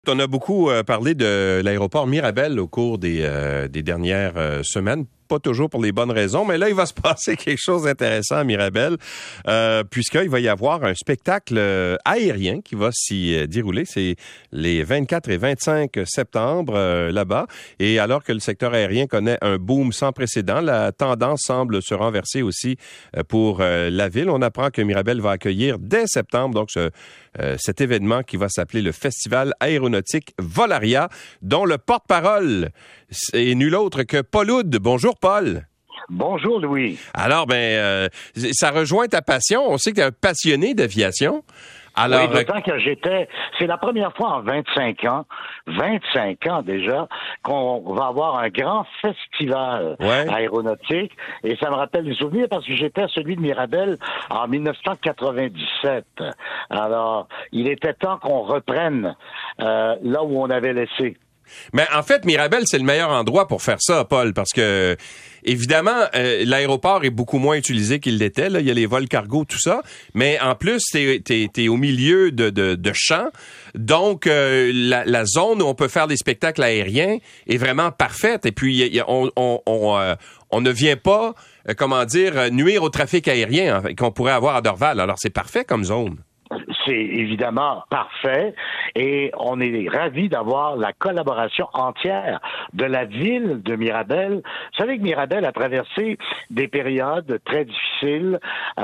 On a beaucoup parlé de l'aéroport Mirabel au cours des dernières semaines. Pas toujours pour les bonnes raisons, mais là, il va se passer quelque chose d'intéressant à Mirabel, puisqu'il va y avoir un spectacle aérien qui va s'y dérouler. C'est les 24 et 25 septembre là-bas. Et alors que le secteur aérien connaît un boom sans précédent, la tendance semble se renverser aussi pour la ville. On apprend que Mirabel va accueillir dès septembre donc cet événement qui va s'appeler le Festival aéronautique Volaria, dont le porte-parole est nul autre que Paul Oud. Bonjour, Paul. Bonjour, Louis. Alors, ça rejoint ta passion. On sait que tu es un passionné d'aviation. Alors, oui, d'autant que c'est la première fois en 25 ans déjà, qu'on va avoir un grand festival aéronautique. Et ça me rappelle des souvenirs parce que j'étais à celui de Mirabel en 1997. Alors, il était temps qu'on reprenne là où on avait laissé. Mais en fait, Mirabel, c'est le meilleur endroit pour faire ça, Paul, parce que, évidemment, l'aéroport est beaucoup moins utilisé qu'il l'était. Là, il y a les vols cargo, tout ça. Mais en plus, t'es au milieu de champs. Donc, la zone où on peut faire des spectacles aériens est vraiment parfaite. Et puis, on ne vient pas, nuire au trafic aérien qu'on pourrait avoir à Dorval. Alors, c'est parfait comme zone. C'est évidemment parfait et on est ravis d'avoir la collaboration entière de la ville de Mirabel. Vous savez que Mirabel a traversé des périodes très difficiles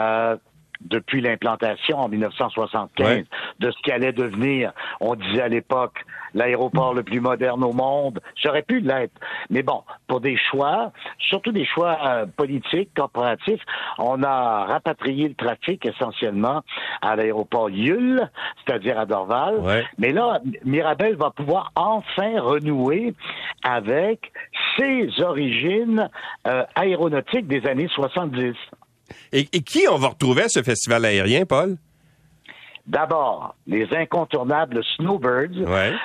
depuis l'implantation en 1975 de ce qui allait devenir, on disait à l'époque, l'aéroport le plus moderne au monde. Ça aurait pu l'être. Mais bon, pour des choix, surtout des choix politiques, corporatifs, on a rapatrié le trafic essentiellement à l'aéroport Yules, c'est-à-dire à Dorval. Ouais. Mais là, Mirabel va pouvoir enfin renouer avec ses origines aéronautiques des années 70. Et qui on va retrouver à ce festival aérien, Paul? D'abord, les incontournables Snowbirds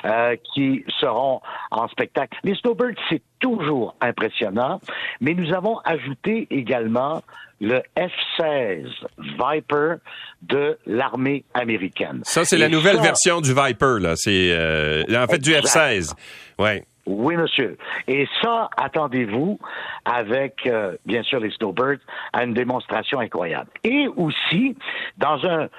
qui seront en spectacle. Les Snowbirds, c'est toujours impressionnant, mais nous avons ajouté également le F-16 Viper de l'armée américaine. Ça, c'est la nouvelle version du Viper, là. C'est en fait du F-16. Ouais. Oui, monsieur. Et ça, attendez-vous, avec, bien sûr, les Snowbirds, à une démonstration incroyable. Et aussi, dans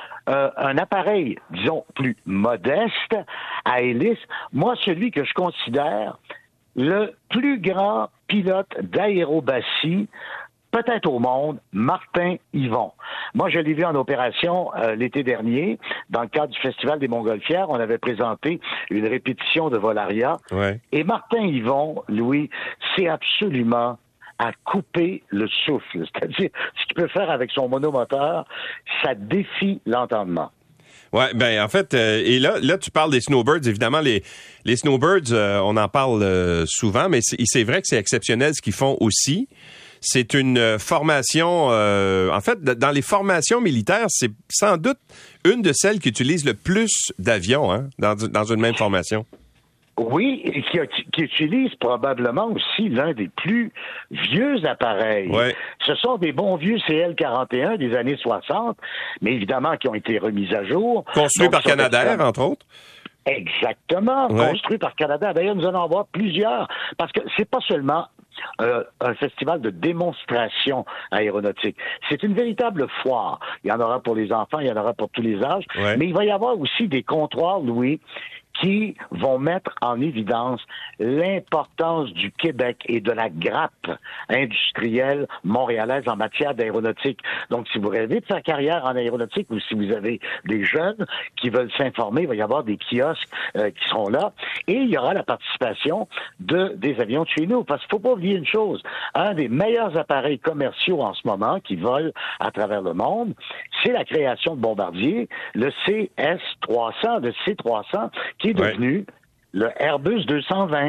un appareil, disons, plus modeste, à hélice, moi, celui que je considère le plus grand pilote d'aérobatie peut-être au monde, Martin Yvon. Moi, je l'ai vu en opération l'été dernier, dans le cadre du Festival des Montgolfières. On avait présenté une répétition de Volaria. Ouais. Et Martin Yvon, Louis, c'est absolument à couper le souffle. C'est-à-dire, ce qu'il peut faire avec son monomoteur, ça défie l'entendement. Ouais, en fait, et là, tu parles des Snowbirds. Évidemment, les Snowbirds, on en parle souvent, mais c'est vrai que c'est exceptionnel ce qu'ils font aussi. C'est une formation, en fait, dans les formations militaires, c'est sans doute une de celles qui utilise le plus d'avions dans une même formation. Oui, et qui utilise probablement aussi l'un des plus vieux appareils. Ouais. Ce sont des bons vieux CL-41 des années 60, mais évidemment qui ont été remis à jour. Construits par Canadair, entre autres. Exactement, construits par Canadair. D'ailleurs, nous allons en voir plusieurs, parce que c'est pas seulement un festival de démonstration aéronautique. C'est une véritable foire. Il y en aura pour les enfants, il y en aura pour tous les âges, mais il va y avoir aussi des comptoirs, Louis, qui vont mettre en évidence l'importance du Québec et de la grappe industrielle montréalaise en matière d'aéronautique. Donc, si vous rêvez de faire carrière en aéronautique ou si vous avez des jeunes qui veulent s'informer, il va y avoir des kiosques qui seront là. Et il y aura la participation des avions de chez nous. Parce qu'il ne faut pas oublier une chose. Un des meilleurs appareils commerciaux en ce moment qui volent à travers le monde, c'est la création de Bombardier, le CS-300, le C-300, qui est devenu le Airbus 220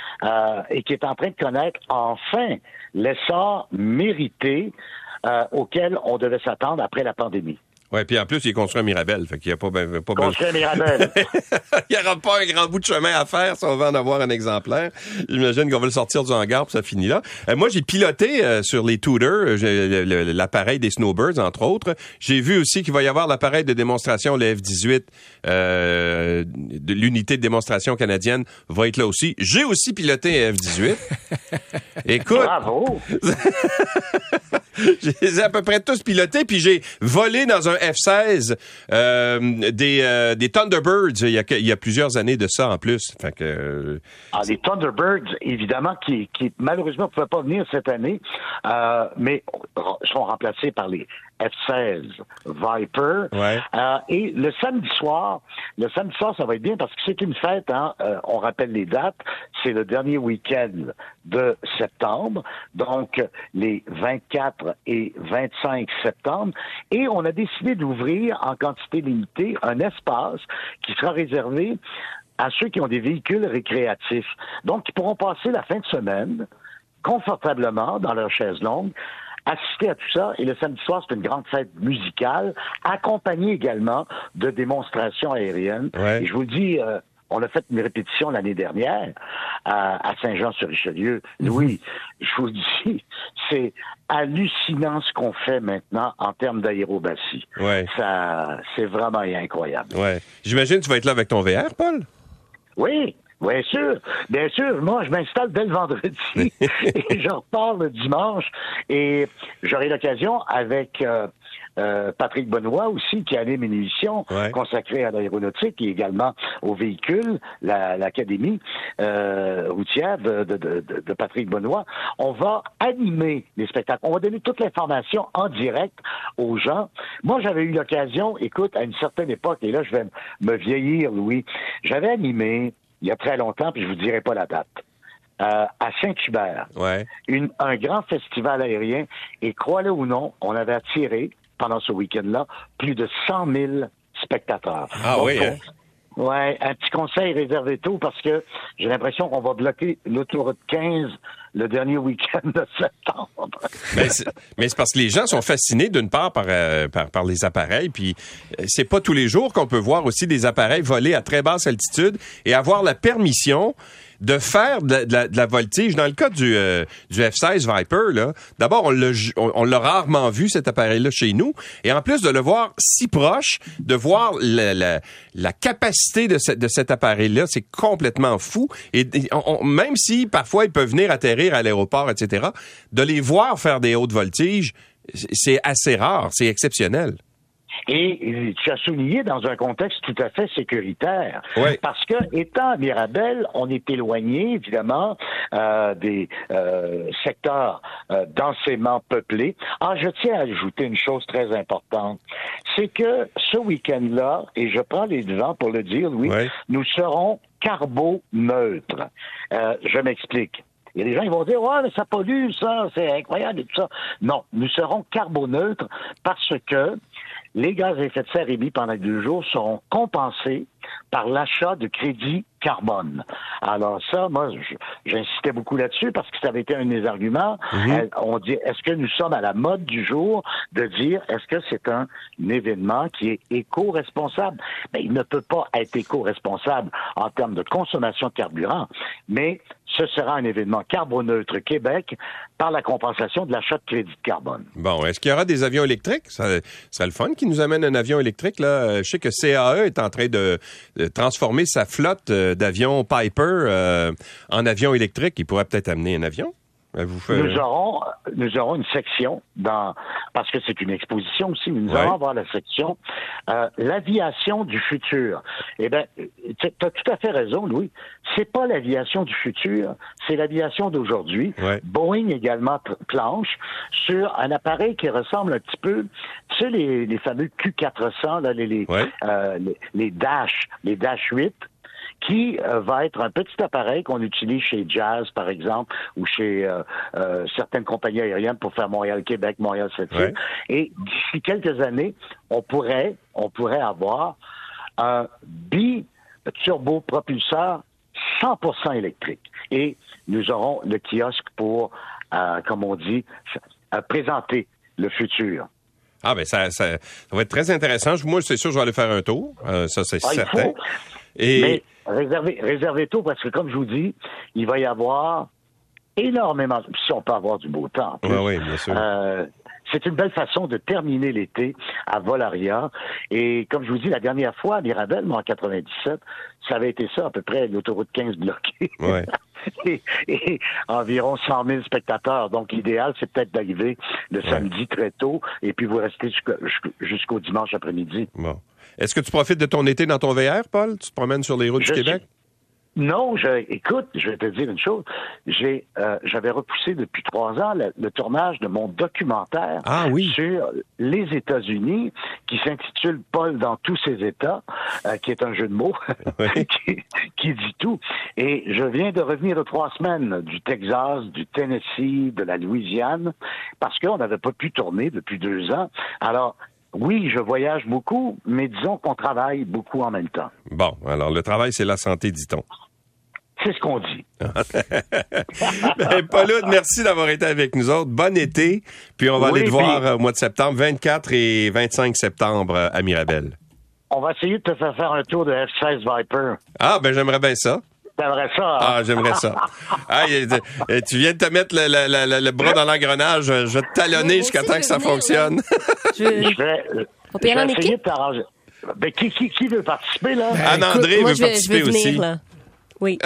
et qui est en train de connaître enfin l'essor mérité auquel on devait s'attendre après la pandémie. Oui, puis en plus, il est construit à Mirabel, fait qu'il n'y a pas Construit à Mirabel. Il n'y aura pas un grand bout de chemin à faire si on veut en avoir un exemplaire. J'imagine qu'on va le sortir du hangar, puis ça finit là. Moi, j'ai piloté sur les Tudor, l'appareil des Snowbirds, entre autres. J'ai vu aussi qu'il va y avoir l'appareil de démonstration, le F-18, de l'unité de démonstration canadienne, va être là aussi. J'ai aussi piloté un F-18. Écoute... Bravo! Je les ai à peu près tous pilotés, puis j'ai volé dans un F-16 des Thunderbirds il y a plusieurs années de ça en plus. Fait que, les Thunderbirds, évidemment, qui malheureusement ne pouvaient pas venir cette année, mais seront remplacés par les F-16 Viper. Ouais. Et le samedi soir, ça va être bien parce que c'est une fête, on rappelle les dates, c'est le dernier week-end de septembre, donc les 24 et 25 septembre, et on a décidé d'ouvrir en quantité limitée un espace qui sera réservé à ceux qui ont des véhicules récréatifs. Donc, ils pourront passer la fin de semaine confortablement dans leur chaise longue, assister à tout ça. Et le samedi soir, c'est une grande fête musicale, accompagnée également de démonstrations aériennes. Ouais. Et je vous le dis, on a fait une répétition l'année dernière à Saint-Jean-sur-Richelieu. Louis, je vous le dis, c'est hallucinant ce qu'on fait maintenant en termes d'aérobatie. Ouais. Ça, c'est vraiment incroyable. ouais. J'imagine que tu vas être là avec ton VR, Paul? Oui, bien sûr. Bien sûr. Moi, je m'installe dès le vendredi et je repars le dimanche. Et j'aurai l'occasion avec Patrick Benoît aussi, qui anime une émission consacrée à l'aéronautique et également aux véhicules, l'Académie routière de Patrick Benoît. On va animer les spectacles. On va donner toute l'information en direct aux gens. Moi, j'avais eu l'occasion, écoute, à une certaine époque, et là, je vais me vieillir, Louis, j'avais animé il y a très longtemps, puis je vous dirai pas la date, à Saint-Hubert, un grand festival aérien, et crois-le ou non, on avait attiré, pendant ce week-end-là, plus de 100 000 spectateurs. Ah donc, oui, hein? Ouais, un petit conseil, réservé tôt, parce que j'ai l'impression qu'on va bloquer l'autoroute 15 le dernier week-end de septembre. Mais c'est parce que les gens sont fascinés d'une part par les appareils, puis c'est pas tous les jours qu'on peut voir aussi des appareils voler à très basse altitude et avoir la permission de faire de la voltige. Dans le cas du F-16 Viper, là, d'abord, on l'a rarement vu, cet appareil-là, chez nous. Et en plus de le voir si proche, de voir la capacité de cet appareil-là, c'est complètement fou. Et même si, parfois, il peut venir atterrir à l'aéroport, etc., de les voir faire des hautes voltiges, c'est assez rare, c'est exceptionnel. Et tu as souligné dans un contexte tout à fait sécuritaire. Oui. Parce que, étant à Mirabel, on est éloigné, évidemment, des secteurs densément peuplés. Je tiens à ajouter une chose très importante. C'est que ce week-end-là, et je prends les devants pour le dire, Louis, nous serons carboneutres. Je m'explique. Il y a des gens qui vont dire « Ouais, mais ça pollue, ça, c'est incroyable et tout ça. » Non, nous serons carboneutres parce que les gaz à effet de serre émis pendant 2 jours seront compensés par l'achat de crédits carbone. Alors ça, moi, j'insistais beaucoup là-dessus parce que ça avait été un des arguments. On dit, est-ce que nous sommes à la mode du jour de dire, est-ce que c'est un événement qui est éco-responsable? Ben, il ne peut pas être éco-responsable en termes de consommation de carburant, mais ce sera un événement carboneutre Québec par la compensation de l'achat de crédit de carbone. Bon, est-ce qu'il y aura des avions électriques? Ça serait le fun qui nous amène un avion électrique, là. Je sais que CAE est en train de transformer sa flotte d'avions Piper en avions électriques. Il pourrait peut-être amener un avion. Nous aurons une section parce que c'est une exposition aussi, mais nous allons avoir la section l'aviation du futur. Eh bien, tu as tout à fait raison, Louis. C'est pas l'aviation du futur, c'est l'aviation d'aujourd'hui. Boeing également planche sur un appareil qui ressemble un petit peu, tu sais, les fameux Q400, là, les Dash 8. Qui va être un petit appareil qu'on utilise chez Jazz, par exemple, ou chez certaines compagnies aériennes pour faire Montréal-Québec, Montréal-Sept-Îles. Et d'ici quelques années, on pourrait avoir un bi-turbopropulseur 100% électrique. Et nous aurons le kiosque pour, comme on dit, présenter le futur. Ah, ben ça va être très intéressant. Moi, c'est sûr, je vais aller faire un tour. Ça, c'est certain. Il faut. Mais réservez tôt, parce que, comme je vous dis, il va y avoir énormément, si on peut avoir du beau temps. Oui, bien sûr. C'est une belle façon de terminer l'été à Volaria. Et comme je vous dis, la dernière fois, à Mirabel, moi, en 97, ça avait été ça, à peu près, l'autoroute 15 bloquée. Ouais. et environ 100 000 spectateurs. Donc, l'idéal, c'est peut-être d'arriver le samedi très tôt et puis vous restez jusqu'au dimanche après-midi. Bon. Est-ce que tu profites de ton été dans ton VR, Paul? Tu te promènes sur les routes du Québec? Non, écoute, je vais te dire une chose. J'avais repoussé depuis 3 ans le tournage de mon documentaire sur les États-Unis, qui s'intitule Paul dans tous ses États, qui est un jeu de mots, qui dit tout. Et je viens de revenir de 3 semaines du Texas, du Tennessee, de la Louisiane, parce qu'on n'avait pas pu tourner depuis 2 ans. Alors, oui, je voyage beaucoup, mais disons qu'on travaille beaucoup en même temps. Bon, alors le travail, c'est la santé, dit-on. C'est ce qu'on dit. Paul Oud, merci d'avoir été avec nous autres. Bon été. Puis on va aller te voir au mois de septembre, 24 et 25 septembre à Mirabel. On va essayer de te faire un tour de F-16 Viper. Ah, ben j'aimerais bien ça. T'aimerais ça? Hein? Ah, j'aimerais ça. Tu viens de te mettre le bras dans l'engrenage. Je vais te talonner jusqu'à temps que ça fonctionne. Je vais essayer de t'arranger. Ben, qui veut participer, là? Anne-André veut participer aussi. Là. Oui.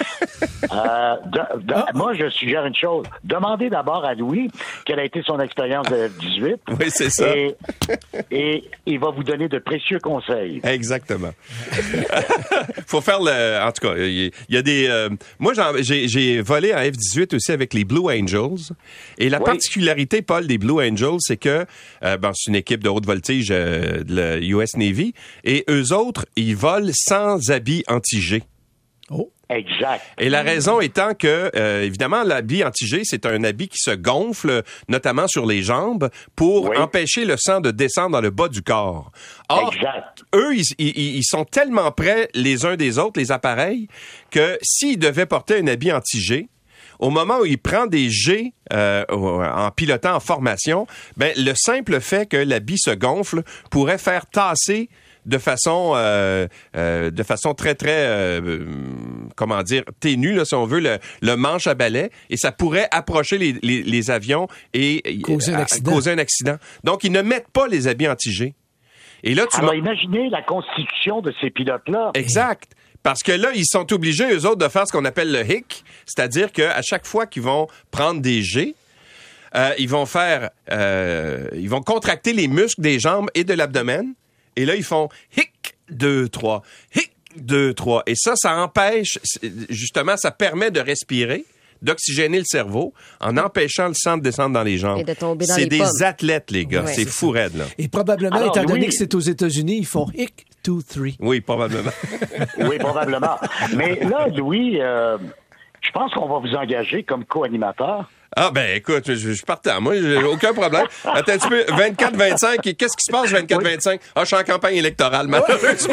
Moi, je suggère une chose. Demandez d'abord à Louis quelle a été son expérience de F-18. Oui, c'est ça. Et il va vous donner de précieux conseils. Exactement. Faut faire en tout cas, il y a des... moi, j'ai volé en F-18 aussi avec les Blue Angels. Et la particularité, Paul, des Blue Angels, c'est que c'est une équipe de haute voltige de la US Navy. Et eux autres, ils volent sans habits anti-G. Oh. Exact. Et la raison étant que, évidemment, l'habit anti-G, c'est un habit qui se gonfle, notamment sur les jambes, pour empêcher le sang de descendre dans le bas du corps. Or, eux, ils sont tellement près les uns des autres, les appareils, que s'ils devaient porter un habit anti-G, au moment où il prend des jets en pilotant en formation, ben le simple fait que l'habit se gonfle pourrait faire tasser de façon très, très, comment dire, ténue, là, si on veut, le manche à balai, et ça pourrait approcher les avions et causer un accident. Donc, ils ne mettent pas les habits anti-G. Et là, alors, imaginez la constitution de ces pilotes-là. Exact. Parce que là, ils sont obligés, eux autres, de faire ce qu'on appelle le hic, c'est-à-dire qu'à chaque fois qu'ils vont prendre des jets, ils vont contracter les muscles des jambes et de l'abdomen. Et là, ils font hic, 2, 3, hic, 2, 3. Et ça empêche, justement, ça permet de respirer, d'oxygéner le cerveau, en empêchant le sang de descendre dans les jambes. Et de tomber dans les pommes. C'est des athlètes, les gars. C'est fou raide, là. Et probablement, étant donné que c'est aux États-Unis, ils font hic, 2, 3. Oui, probablement. Oui, probablement. Mais là, Louis, je pense qu'on va vous engager comme co-animateur. Ah, ben, écoute, je suis partant. Moi, j'ai aucun problème. Attends un petit peu. 24-25. Et qu'est-ce qui se passe, 24-25? Ah, je suis en campagne électorale, malheureusement.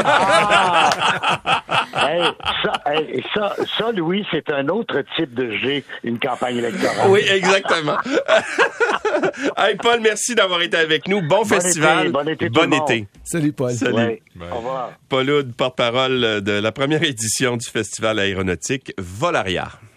Ça, Louis, c'est un autre type de G, une campagne électorale. Oui, exactement. Hey, Paul, merci d'avoir été avec nous. Bon festival. Bon été. Salut, Paul. Salut. Ouais. Au revoir. Paul Oud, porte-parole de la première édition du Festival aéronautique Volaria.